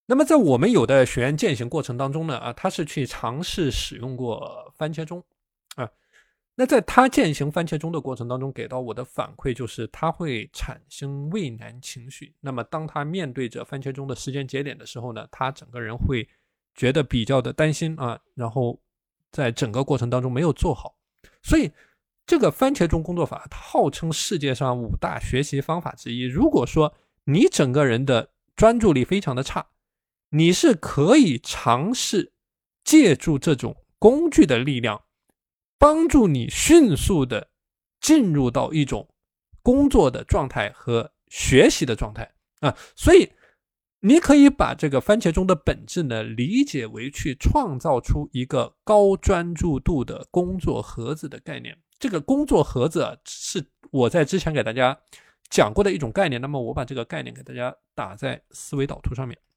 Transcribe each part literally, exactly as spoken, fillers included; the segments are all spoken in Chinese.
那么在我们有的学员践行过程当中呢，啊，他是去尝试使用过番茄钟啊。那在他践行番茄钟的过程当中，给到我的反馈就是他会产生畏难情绪。那么当他面对着番茄钟的时间节点的时候呢，他整个人会觉得比较的担心啊，然后在整个过程当中没有做好。所以这个番茄钟工作法，它号称世界上五大学习方法之一。如果说你整个人的专注力非常的差，你是可以尝试借助这种工具的力量，帮助你迅速的进入到一种工作的状态和学习的状态啊。所以你可以把这个番茄钟的本质呢，理解为去创造出一个高专注度的工作盒子的概念。这个工作盒子啊，是我在之前给大家讲过的一种概念，那么我把这个概念给大家打在思维导图上面。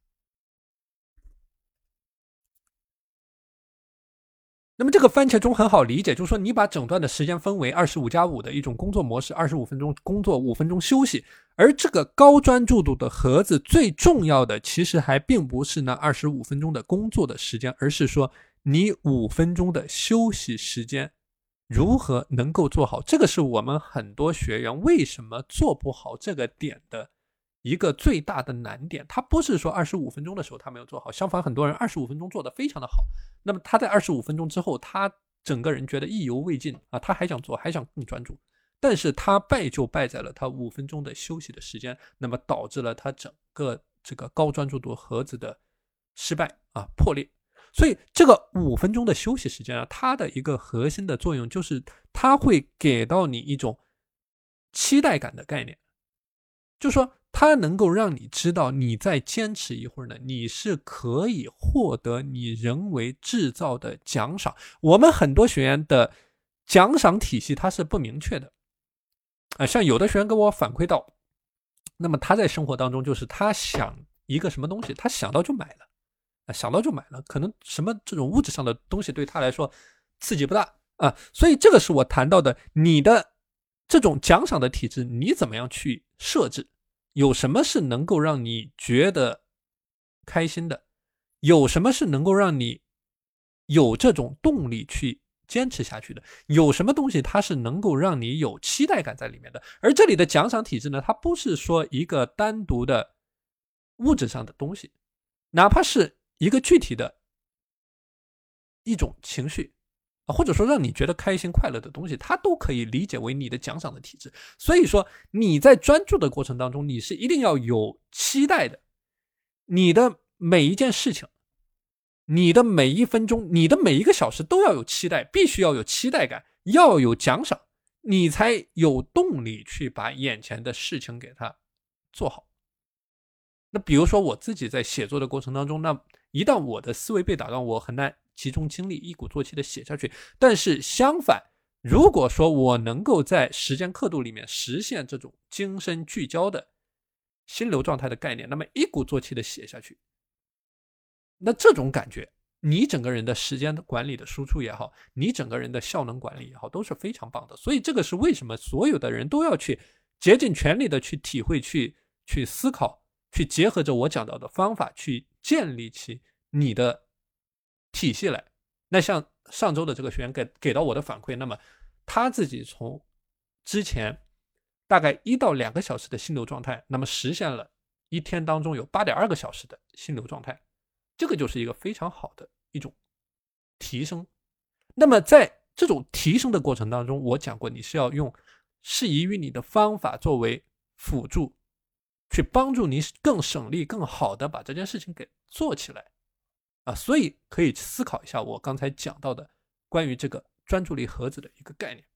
那么这个番茄钟很好理解，就是说你把整段的时间分为二十五加五的一种工作模式，二十五分钟工作，五分钟休息。而这个高专注度的盒子最重要的其实还并不是那二十五分钟的工作的时间，而是说你五分钟的休息时间如何能够做好。这个是我们很多学员为什么做不好这个点的一个最大的难点。他不是说二十五分钟的时候他没有做好，相反很多人二十五分钟做得非常的好，那么他在二十五分钟之后他整个人觉得意犹未尽啊，他还想做，还想更专注，但是他败就败在了他五分钟的休息的时间，那么导致了他整个这个高专注度盒子的失败啊破裂。所以这个五分钟的休息时间啊，它的一个核心的作用就是它会给到你一种期待感的概念，就是说它能够让你知道你再坚持一会儿呢，你是可以获得你人为制造的奖赏。我们很多学员的奖赏体系它是不明确的、呃、像有的学员跟我反馈到，那么他在生活当中就是他想一个什么东西，他想到就买了、呃、想到就买了，可能什么这种物质上的东西对他来说刺激不大啊。所以这个是我谈到的，你的这种奖赏的体制你怎么样去设置，有什么是能够让你觉得开心的，有什么是能够让你有这种动力去坚持下去的，有什么东西它是能够让你有期待感在里面的。而这里的奖赏体制呢，它不是说一个单独的物质上的东西，哪怕是一个具体的一种情绪，或者说让你觉得开心快乐的东西，它都可以理解为你的奖赏的体制。所以说你在专注的过程当中，你是一定要有期待的，你的每一件事情，你的每一分钟，你的每一个小时都要有期待，必须要有期待感，要有奖赏，你才有动力去把眼前的事情给它做好。那比如说我自己在写作的过程当中，那一旦我的思维被打断，我很难集中精力一鼓作气的写下去。但是相反，如果说我能够在时间刻度里面实现这种精神聚焦的心流状态的概念，那么一鼓作气的写下去，那这种感觉你整个人的时间管理的输出也好，你整个人的效能管理也好，都是非常棒的。所以这个是为什么所有的人都要去竭尽全力的去体会，去去思考，去结合着我讲到的方法去建立起你的体系来。那像上周的这个学员 给, 给到我的反馈，那么他自己从之前大概一到两个小时的心流状态，那么实现了一天当中有 八点二个小时的心流状态，这个就是一个非常好的一种提升。那么在这种提升的过程当中，我讲过你是要用适宜于你的方法作为辅助，去帮助你更省力更好的把这件事情给做起来啊。所以可以思考一下我刚才讲到的关于这个专注力盒子的一个概念。